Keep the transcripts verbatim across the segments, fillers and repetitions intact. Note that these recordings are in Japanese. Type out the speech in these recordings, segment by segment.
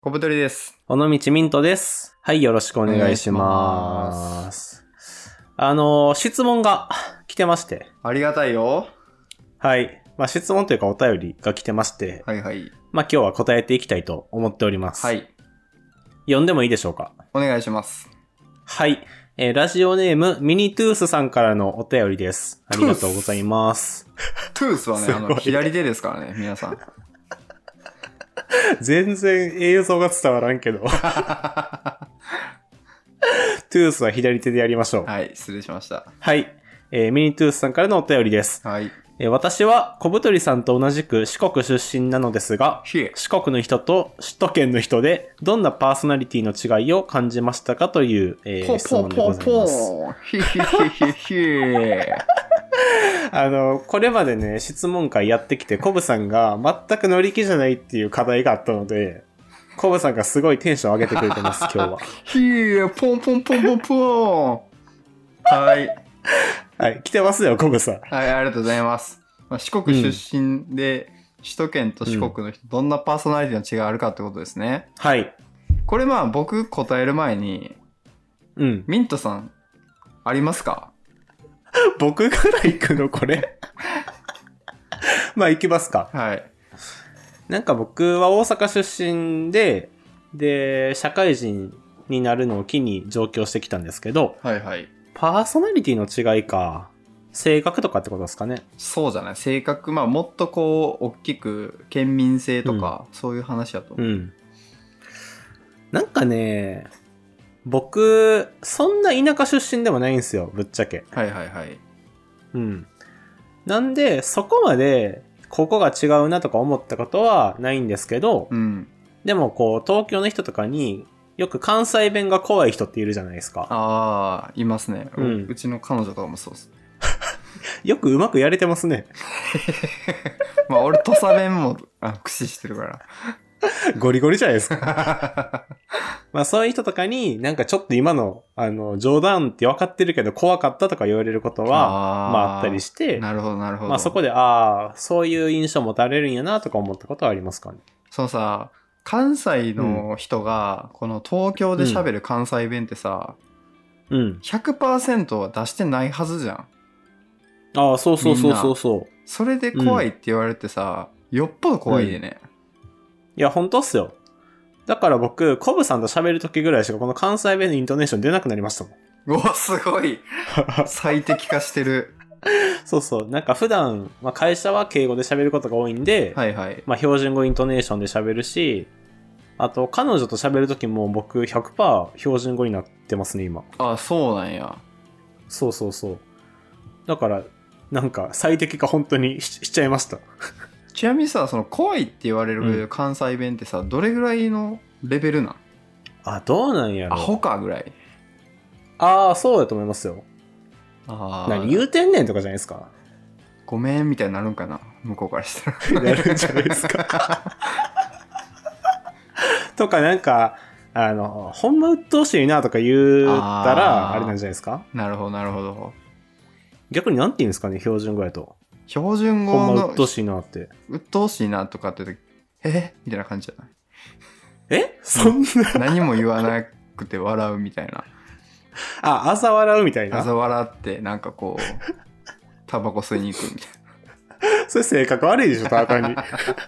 小太りです。 尾道ミントです。はい、よろしくお願いします。あの、質問が来てまして。 ありがたいよ。 はい。まあ、質問というかお便りが来てまして。 はいはい。 まあ、今日は答えていきたいと思っております。 はい。 読んでもいいでしょうか？ お願いします。 はい。えー、ラジオネーム、ミニトゥースさんからのお便りです。ありがとうございます。 トゥースはね、あの、左手ですからね、皆さん。 全然映像が伝わらんけど。トゥースは左手でやりましょう。 はい、失礼しました。 はい。えー、ミニトゥースさんからのお便りです。 はい。 えー、私は小太りさんと同じく四国出身なのですが、四国の人と首都圏の人でどんなパーソナリティの違いを感じましたかという、えー、質問でございます。 ヒヒヒヒヒあの、これまでね、質問会やってきて、コブさんが全く乗り気じゃないっていう課題があったので、コブさんがすごいテンション上げてくれてます、今日は。 ヒー、ポンポンポンポンポン。はい。 はい、来てますよ、コブさん。 はい、ありがとうございます。まあ、四国出身で、うん、首都圏と四国の人、どんなパーソナリティの違いがあるかってことですね。 はい。 これまあ、僕答える前に、 うん。 ミントさん、ありますか？ 僕から行くのこれまあ行きますか。 はい。 なんか僕は大阪出身で、で、社会人になるのを機に上京してきたんですけど、 はいはい。 パーソナリティの違いか、性格とかってことですかね。 そうじゃない。性格、まあもっとこう、大きく、県民性とか、うん、そういう話だと思う。 うん。なんかね、僕、そんな田舎出身でもないんですよ、ぶっちゃけ。 はいはいはい。 うん。なんで、そこまで、ここが違うなとか思ったことはないんですけど、 うん。 でもこう、東京の人とかによく関西弁が怖い人っているじゃないですか。 ああ、いますね。 うん。 うちの彼女とかもそうです。 よくうまくやれてますね。 まあ俺、土佐弁もあ駆使してるから。 ゴリゴリじゃないですか。まあそういう人とかになんかちょっと今のあの冗談って分かってるけど怖かったとか言われることはあまああったりして、 なるほどなるほど。 まあそこでああそういう印象持たれるんやなとか思ったことはありますかね。 そのさ、関西の人がこの東京で喋る関西弁ってさ、 うん、 ひゃくパーセント は出してないはずじゃん。 ああそうそうそうそうそう。 それで怖いって言われてさ、うん、よっぽど怖いでね。 うん、いや本当っすよ。だから僕、コブさんと喋るときぐらいしかこの関西弁のイントネーション出なくなりましたもん。 うわ、すごい最適化してる。 そうそう。なんか普段、まあ、会社は敬語で喋ることが多いんで、 はいはい。 まあ、標準語イントネーションで喋るし、あと、彼女と喋るときも僕 ひゃくパーセント 標準語になってますね、今。 あ、そうなんや。 そうそうそう。だから、なんか最適化本当に し, しちゃいました。 ちなみにさ、その怖いって言われる関西弁ってさ、うん、どれぐらいのレベルなん？ あ、どうなんやろ。 アホかぐらい。 ああ、そうだと思いますよ。 ああ。 何言うてんねんとかじゃないですか。 ごめんみたいになるんかな、向こうからしたら。 なるんじゃないですか。とかなんか、あの、ほんま鬱陶しいなとか言ったら、あれなんじゃないですか。 なるほど、なるほど。 逆になんて言うんですかね、標準語やと。 標準語の。 ほんま鬱陶しいなって。 鬱陶しいなとかって時、えみたいな感じじゃない？ えそんな何も言わなくて笑うみたいな。 あ、朝笑うみたいな。 朝笑ってなんかこうタバコ吸いに行くみたいな。それ性格悪いでしょ、ただに。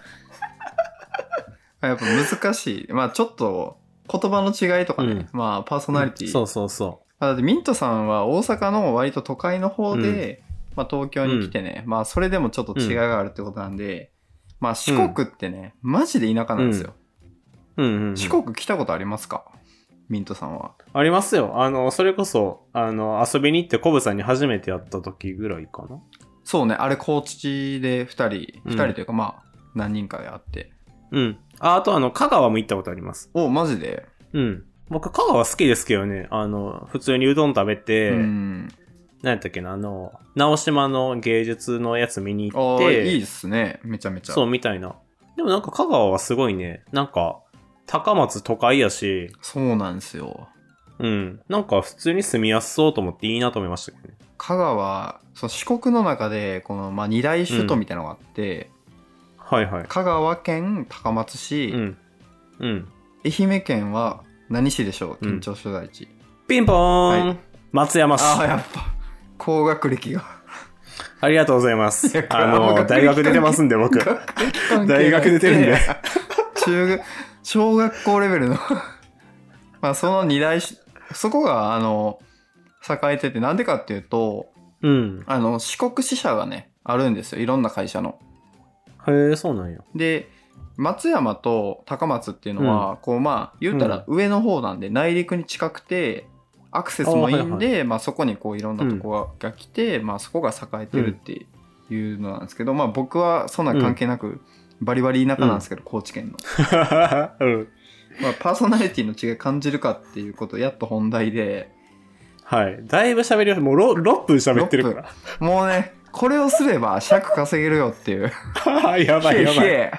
やっぱ難しい。まあちょっと言葉の違いとかね、うん、まあパーソナリティ、 うん、そうそうそう。 だってミントさんは大阪の割と都会の方で、うん、まあ東京に来てね、うん、まあそれでもちょっと違いがあるってことなんで、うん、まあ四国ってね、うん、マジで田舎なんですよ。 うんうんうんうん、 四国来たことありますか？ミントさんは。 ありますよ。あの、それこそ、あの、遊びに行ってコブさんに初めて会った時ぐらいかな。 そうね、あれ高知で二人、二、うん、人というかまあ、何人かで会って。 うん。あ、あとあの、香川も行ったことあります。 お、マジで？ うん。僕、香川好きですけどね。あの、普通にうどん食べて、うん。何やったっけな、あの、直島の芸術のやつ見に行って。 あ、いいですね。めちゃめちゃ。 そう、みたいな。でもなんか香川はすごいね、なんか、高松都会やし。 そうなんですよ。 うん。なんか普通に住みやすそうと思っていいなと思いましたけどね。 香川、その四国の中で、この、まあ、二大首都みたいなのがあって、 うん、はいはい。 香川県高松市、 うん。うん。 愛媛県は何市でしょう？県庁所在地、うん、 ピンポーン、はい、松山市。 ああ、やっぱ高学歴がありがとうございます。あの大学出てますんで僕大学出てるんで中学小学校レベルのまあその二大そこがあの栄えてて、なんでかっていうと、 うん、 あの四国支社がねあるんですよ、いろんな会社の。 へえ、そうなんや。 で松山と高松っていうのは、うん、こうまあ言うたら上の方なんで、内陸に近くてアクセスもいいんで、はいはい、まあそこにこういろんなとこが来て、うん、まあそこが栄えてるっていうのなんですけど、うん、まあ僕はそんな関係なく、うん、バリバリ田舎なんですけど、うん、高知県の、 うんまあ、パーソナリティの違い感じるかっていうこと、やっと本題で、 はい。だいぶ喋りました。もう 6, ろっぷん喋ってるから。 もうね、これをすれば尺稼げるよっていう。 やばいやばい。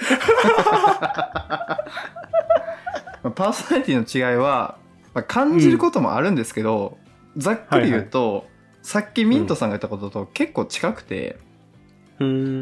パーソナリティの違いは、まあ、感じることもあるんですけど、うん、ざっくり言うと、はいはい、さっきミントさんが言ったことと結構近くて、 うん、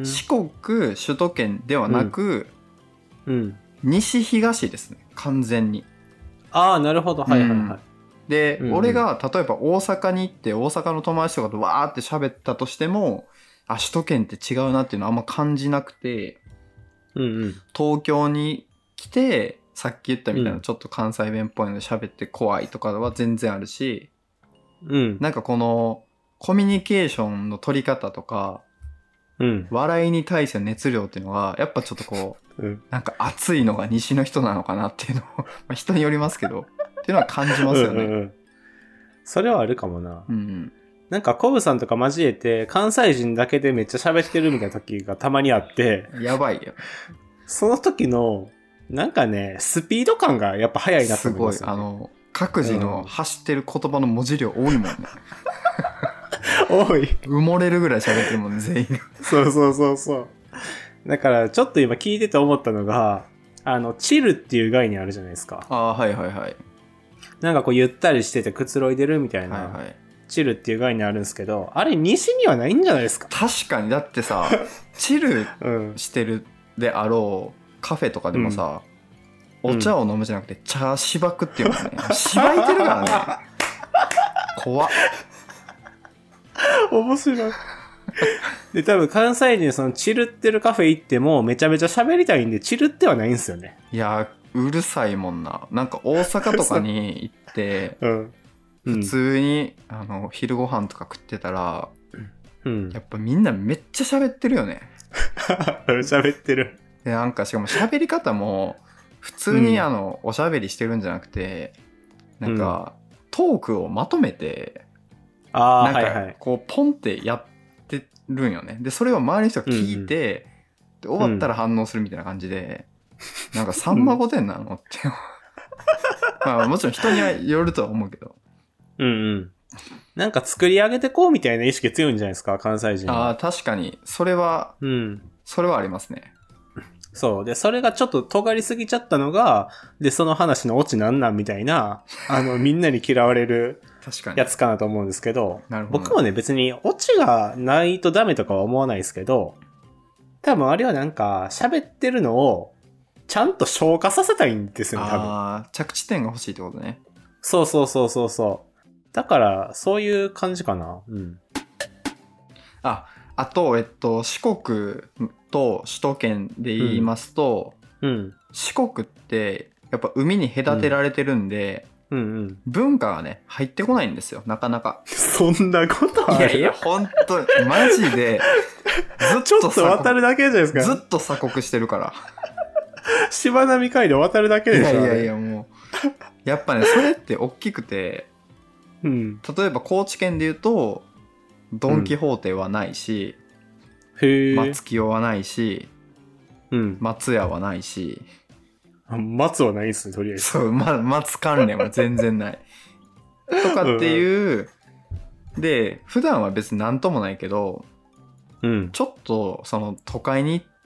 四国、首都圏ではなく、 うんうん、 西東ですね、完全に。 ああ、なるほど。はいはいはい。うんで、 うんうん、 俺が例えば大阪に行って大阪の友達とかとわーって喋ったとしても、あ、首都圏って違うなっていうのはあんま感じなくて、 うんうん、 東京に来てさっき言ったみたいなちょっと関西弁っぽいので喋って怖いとかは全然あるし、 うん、 なんかこのコミュニケーションの取り方とか、 うん、 笑いに対しての熱量っていうのがやっぱちょっとこう、 うん、 なんか熱いのが西の人なのかなっていうのをまあ人によりますけどっていうのは感じますよね。 うんうんうん、それはあるかもな。 うんうん、 なんかコブさんとか交えて関西人だけでめっちゃ喋ってるみたいな時がたまにあって、 やばいよ。 その時のなんかね、スピード感がやっぱ速いなと思いますよね。 すごい、あの各自の走ってる言葉の文字量多いもんね。 多い。 埋もれるぐらい喋ってるもんね、全員。 そうそうそうそう。だからちょっと今聞いてて思ったのが、あのチルっていう概念あるじゃないですか。 ああ、はいはいはい。 なんかこうゆったりしててくつろいでるみたいな、はいはい、チルっていう概念あるんですけど、あれ西にはないんじゃないですか。 確かに。だってさチルしてるであろうカフェとかでもさ、うん、お茶を飲むじゃなくて茶しばくっていうのね、しばいてるからね。怖っ。 面白い。で多分関西人そのチルってるカフェ行ってもめちゃめちゃ喋りたいんでチルってはないんですよね。 いやうるさいもんな。なんか大阪とかに行ってうん普通にあの昼ご飯とか食ってたら、 うん、 やっぱみんなめっちゃ喋ってるよね。 喋ってる。 でなんかしかも喋り方も普通にあの、うん、おしゃべりしてるんじゃなくて、なんか、うん、トークをまとめて、 あなんかこうポンってやってるんよね。でそれを周りの人が聞いて、うんうん、で終わったら反応するみたいな感じで、うん、なんかさんま御殿なのってまあもちろん人にはよるとは思うけど、 うんうん、なんか作り上げてこうみたいな意識強いんじゃないですか関西人は。 ああ確かにそれは、 うん、 それはありますね。 そうでそれがちょっと尖りすぎちゃったのがでその話のオチなんなんみたいなあのみんなに嫌われるやつかなと思うんですけど、 なるほど。 僕もね別にオチがないとダメとかは思わないですけど、多分あれはなんか喋ってるのをちゃんと消化させたいんですよね多分。 ああ着地点が欲しいってことね。 そうそうそうそうそう。だからそういう感じかな。うん。 ああとえっと四国と首都圏で言いますと、 うんうん、 四国ってやっぱ海に隔てられてるんで、 うんうんうん、 文化がね入ってこないんですよなかなか。 そんなことある？ いやいや本当マジでずっとちょっと渡るだけじゃないですか。 ずっと鎖国してるからしまなみ海道渡るだけでしょ。 いやいやいやもうやっぱねそれって大きくて、 うん、 例えば高知県で言うとドン・キホーテはないし、 うん、へえ。 松清はないし、 うん、 松屋はないし。 松はないっすねとりあえず。 そう、ま、松関連は全然ないとかっていう、うん、で普段は別になんともないけど、 うん、 ちょっとその都会に行って、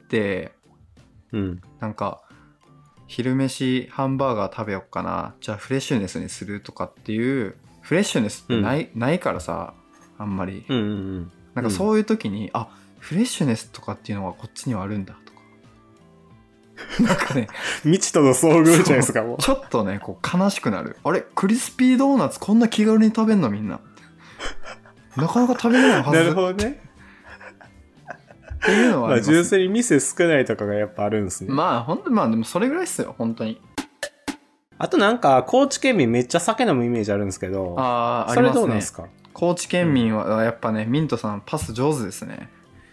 うん、 なんか昼飯ハンバーガー食べよっかな、じゃあフレッシュネスにするとかっていうフレッシュネスってない、うん、ないからさあんまり、 うんうんうん、 なんかそういう時に、うん、あフレッシュネスとかっていうのがこっちにはあるんだとかなんかね、 未知との遭遇じゃないですか、もう。 ちょっとね、こう悲しくなる。あれクリスピードーナツこんな気軽に食べんのみんな。なかなか食べれないはず。 なるほどね。 っていうのはあります、ね。 まあ、純粋に店少ないとかがやっぱあるんですね。 まあ、ほんと、まあでもそれぐらいっすよ、本当に。 あとなんか、高知県民めっちゃ酒飲むイメージあるんですけど。 ああ、あそれりますね。 どうなんですか？ 高知県民はやっぱね、ミントさんパス上手ですね。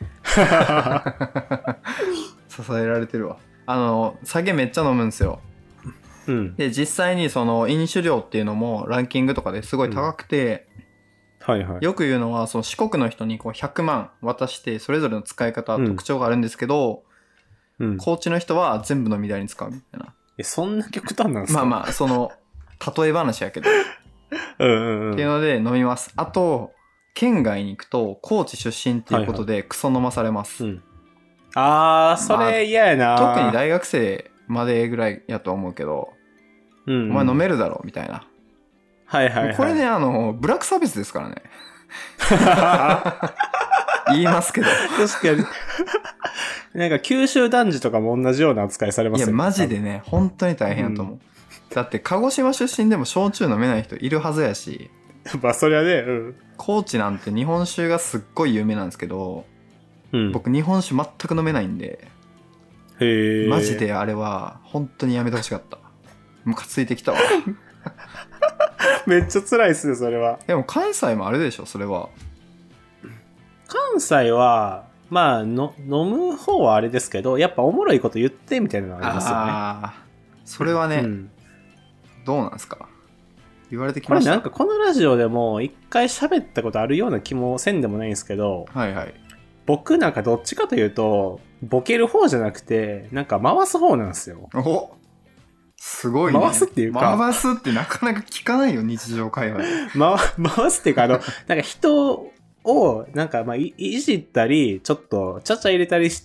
支えられてるわ。あの、酒めっちゃ飲むんですよ。 うん。 で、実際にその飲酒量っていうのもランキングとかですごい高くて、 うん、はいはい。 よく言うのは、その四国の人にこうひゃくまん渡して、それぞれの使い方、特徴があるんですけど、うん、高知の人は全部飲み代に使うみたいな。 え、そんな極端なんですか？ まあまあ、その、例え話やけど。 うんうんうん。 っていうので飲みます。あと、県外に行くと、高知出身っていうことでクソ飲まされます。 はいはい、うん、あー、それ嫌やな、 まあ、特に大学生までぐらいやと思うけど、うんうん、お前飲めるだろみたいな。 はいはいはい。 これね、あの、ブラック差別ですからね。言いますけど。 確かに。なんか九州男児とかも同じような扱いされますよね。 いや、マジでね、本当に大変やと思う。うん、だって、鹿児島出身でも焼酎飲めない人いるはずやし。 まあ、そりゃね、うん。 高知なんて日本酒がすっごい有名なんですけど、うん、僕日本酒全く飲めないんで、 へー。 マジであれは本当にやめてほしかった。ムカついてきたわ。 めっちゃ辛いっすね、それは。 でも関西もあるでしょ、それは。 関西は、まあの、飲む方はあれですけど、やっぱおもろいこと言ってみたいなのがありますよね。ああ、 それはね、うん、どうなんですか？言われてきました。 これなんかこのラジオでも一回喋ったことあるような気もせんでもないんですけど、 はいはい。 僕なんかどっちかというと、ボケる方じゃなくて、なんか回す方なんですよ。 おすごいね。 回すっていうか。 回すってなかなか聞かないよ、日常会話で。 回、回すっていうか、あの、なんか人を、なんかまあい、いじったり、ちょっと、ちゃちゃ入れたりして、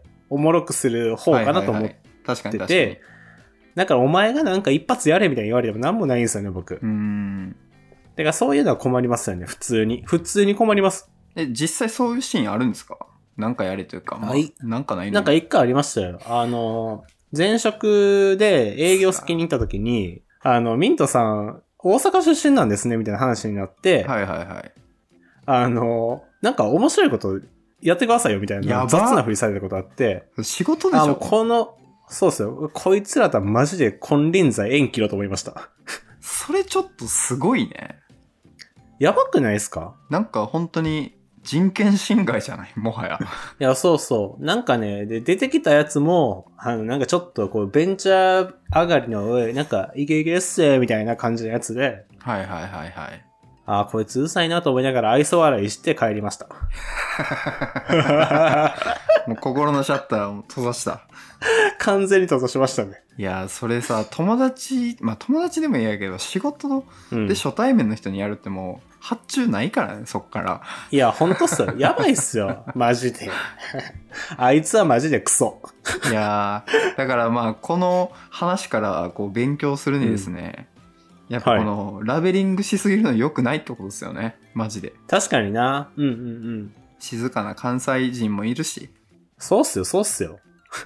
おもろくする方かなと思ってて、はいはいはい、確かに確かに。だからお前がなんか一発やれみたいに言われてもなんもないんですよね、僕。 うーん。 だからそういうのは困りますよね、普通に。普通に困ります。 え、実際そういうシーンあるんですか？なんかやれというか、まあ、なんかないの？ なんか一回ありましたよ。あの、前職で営業先に行った時に、あの、ミントさん、大阪出身なんですね、みたいな話になって、 はいはいはい。 あの、なんか面白いことやってくださいよ、みたいな雑なふりされたことあって、 仕事でしょ？ あの、この、そうですよ。こいつらとはマジで金輪際縁切ろうと思いました。 それちょっとすごいね。 やばくないですか？ なんか本当に人権侵害じゃない？もはや。 いや、そうそう。なんかね、で、出てきたやつも、あの、なんかちょっとこう、ベンチャー上がりの上、なんか、イケイケっすみたいな感じのやつで。 はいはいはいはい。 ああ、こいつうるさいなと思いながら愛想笑いして帰りました。 もう心のシャッターを閉ざした。 完全に閉ざしましたね。 いや、それさ、友達、まあ友達でもいいやけど、仕事で初対面の人にやるってもう、発注ないからね、そっから。 いや、ほんとっすよ。やばいっすよ。マジで。あいつはマジでクソ。 いやー、だからまあ、この話からこう勉強するにですね、うん、やっぱこの、はい、ラベリングしすぎるの良くないってことですよね。マジで。 確かにな。うんうんうん。 静かな関西人もいるし。 そうっすよ、そうっすよ。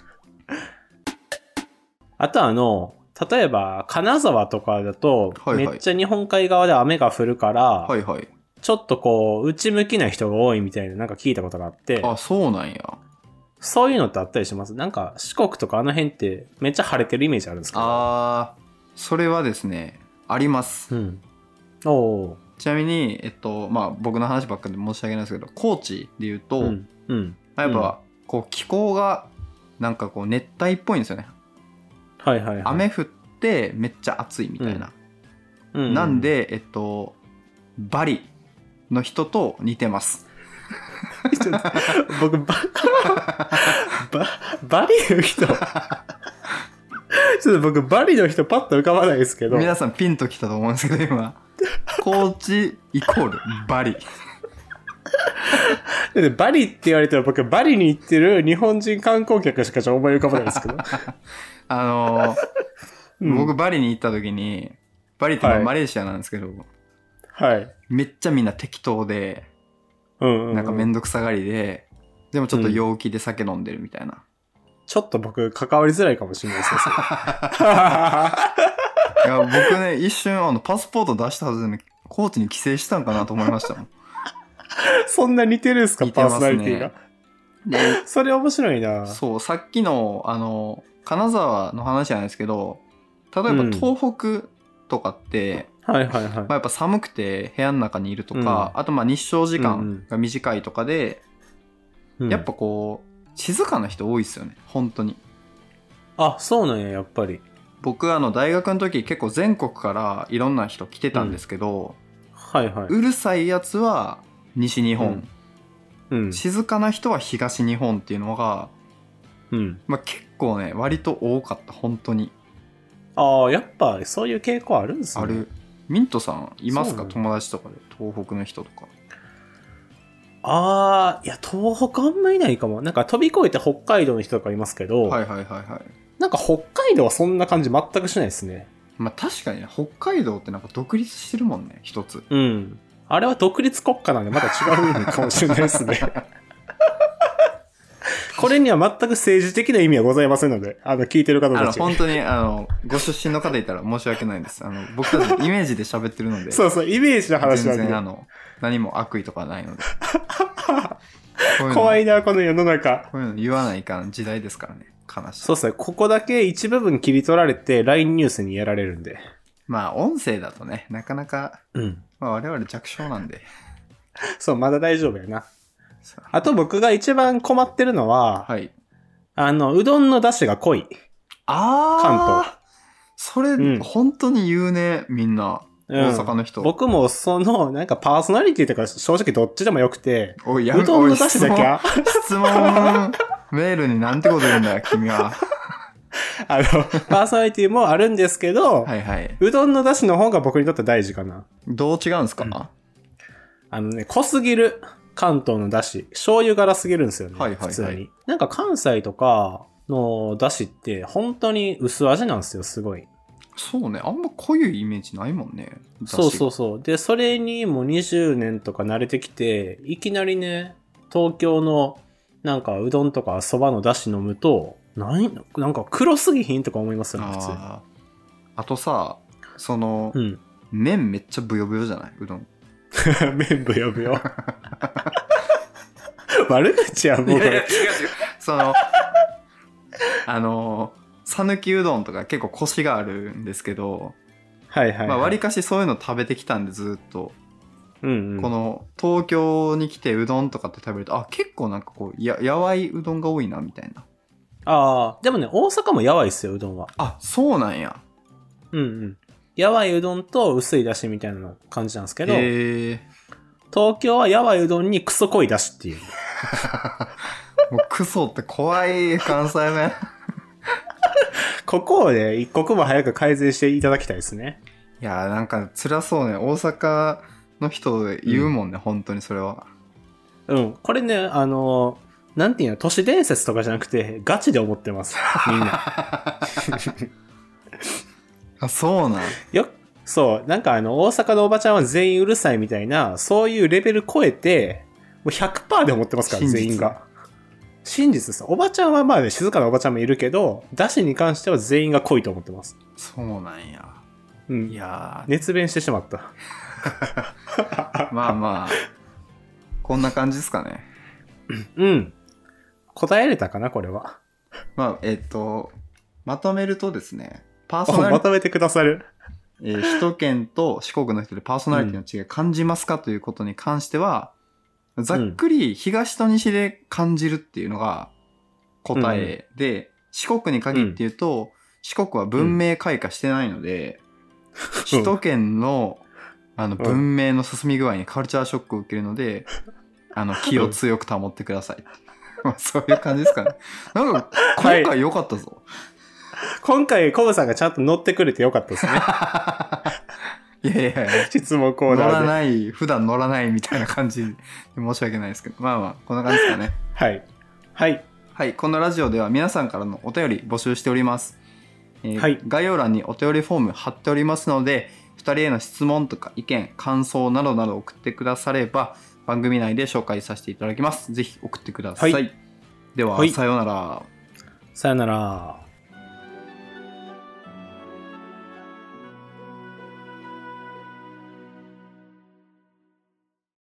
あとあの、例えば、金沢とかだと、はいはい、めっちゃ日本海側で雨が降るから、 はいはい、 ちょっとこう、内向きな人が多いみたいななんか聞いたことがあって。 あ、そうなんや。 そういうのってあったりします？なんか、四国とかあの辺ってめっちゃ晴れてるイメージあるんですか？ あー、それはですね、あります。 うん。おー。 ちなみに、えっと、まあ、僕の話ばっかりで申し訳ないですけど、高知で言うと、うんうん、やっぱ、こう、気候が、なんかこう、熱帯っぽいんですよね。 はいはいはい。 雨降ってめっちゃ暑いみたいな。うんうんうん、なんで、えっと、バリの人と似てます。 僕、バ、バ、バリの人ちょっと僕、バリの人パッと浮かばないですけど。 皆さんピンときたと思うんですけど、今。高知イコールバリ。 バリって言われたら僕、バリに行ってる日本人観光客しか思い浮かばないですけど。 あのーうん、僕バリに行った時に、バリってマレーシアなんですけど、 はい。 めっちゃみんな適当で、 うんうんうん、 なんかめんどくさがりで、でもちょっと陽気で酒飲んでるみたいな。 ちょっと僕関わりづらいかもしれないですよ。 いや、僕ね、一瞬あのパスポート出したはずで、ね、高知に帰省したんかなと思いましたもん。 そんな似てるんすか、 似てますね、 パーソナリティが。で、それ面白いな。 そう、さっきの、あの、金沢の話じゃないですけど、例えば東北とかって、 うん、はいはいはい。 まあ、やっぱ寒くて部屋の中にいるとか、うん、あとまあ日照時間が短いとかで、うん、やっぱこう、静かな人多いですよね、本当に。 あ、そうなんや、やっぱり。 僕、あの、大学の時結構全国からいろんな人来てたんですけど、 うん、はいはい。 うるさいやつは西日本、 うん、 静かな人は東日本っていうのが、 うん、 まあ、結構ね割と多かった、本当に。 ああ、やっぱそういう傾向あるんですね。 ある。ミントさんいますか、友達とかで東北の人とか。 ああ、いや東北あんまいないかも。なんか飛び越えて北海道の人とかいますけど、 はいはいはいはい。 なんか北海道はそんな感じ全くしないですね。 まあ確かにね、北海道ってなんか独立してるもんね、一つ。 うん。あれは独立国家なんでまた違う意味かもしれないですね。これには全く政治的な意味はございませんので、あの、聞いてる方たち。 あの、本当に、あの、ご出身の方いたら申し訳ないです。あの、僕たちイメージで喋ってるので。 そうそう、イメージの話なんで。 全然、あの、何も悪意とかないので。 うう怖いな、この世の中。 こういうの言わないかん時代ですからね。悲しい。 そうですね、ここだけ一部分切り取られて、ライン ニュースにやられるんで。 まあ、音声だとね、なかなか、 うん。 まあ、我々弱小なんで。 そう、まだ大丈夫やな。あと僕が一番困ってるのは、 はい。 あの、うどんの出汁が濃い。 ああ。 関東。 それ、うん、本当に言うね、みんな。大阪の人。 うん、僕もその、なんかパーソナリティとか正直どっちでもよくて、 おい、やうどんの出汁だけは質問メールになんてこと言うんだよ、君は。 あの、パーソナリティもあるんですけど、 はいはい。 うどんの出汁の方が僕にとって大事かな。 どう違うんですか、うん、 あのね、濃すぎる。関東の出汁。醤油辛すぎるんですよね。 はいはいはい。 普通に。なんか関西とかの出汁って本当に薄味なんですよ、すごい。 そうね。あんま濃いイメージないもんね。 そうそうそう。で、それにもうにじゅうねんとか慣れてきて、いきなりね、東京のなんかうどんとかそばの出汁飲むと、何なんか黒すぎひんとか思いますよね、普通に。 ああとさ、その、 うん、 麺めっちゃブヨブヨじゃないうどん。 麺ブヨブヨ。悪口やん、もうこれ。違う違う。 その、あの、讃岐うどんとか結構コシがあるんですけど、 はいはい、はい。 まあ割かしそういうの食べてきたんでずっと。 うんうん、 この東京に来てうどんとかって食べると、あ、結構なんかこう、や、やわいうどんが多いな、みたいな。 ああ、でもね、大阪もやわいっすよ、うどんは。 あ、そうなんや。 うんうん。やわいうどんと薄いだしみたいな感じなんですけど、 へー。 東京はやわいうどんにクソ濃いだしっていう。 もうクソって怖い関西弁。 ここをね、一刻も早く改善していただきたいですね。 いやーなんか辛そうね。大阪の人言うもんね、うん、本当にそれは。 うん。これね、あの、なんていうの、都市伝説とかじゃなくて、ガチで思ってます。みんな。 あ、そうなん。 よ、そう。なんかあの、大阪のおばちゃんは全員うるさいみたいな、そういうレベル超えて、もう ひゃくパーセント で思ってますから、全員が。真実です。おばちゃんはまあね、静かなおばちゃんもいるけど、だしに関しては全員が濃いと思ってます。 そうなんや。 うん。 いやー。 熱弁してしまった。 まあまあ、こんな感じですかね。 うん。答えれたかな、これは。 まあ、えっと、まとめるとですね、パーソナリティ。 まとめてくださる。 えー、首都圏と四国の人でパーソナリティの違い感じますか、うん、ということに関しては、ざっくり東と西で感じるっていうのが答えで、うん、四国に限って言うと、うん、四国は文明開化してないので、うん、首都圏のあの文明の進み具合にカルチャーショックを受けるので、うん、あの気を強く保ってください。そういう感じですかね。なんか今回良かったぞ。はい、 今回コブさんがちゃんと乗ってくれて良かったですね。 いやいや質問コーナーで。 乗らない、普段乗らないみたいな感じで申し訳ないですけど。まあまあ、こんな感じですかね。 はい。はい。 はい。このラジオでは皆さんからのお便り募集しております。えー、 はい。 概要欄にお便りフォーム貼っておりますので、ふたりへの質問とか意見、感想などなど送ってくだされば、番組内で紹介させていただきます。ぜひ送ってください。はい、では、はい、さようなら。 さよなら。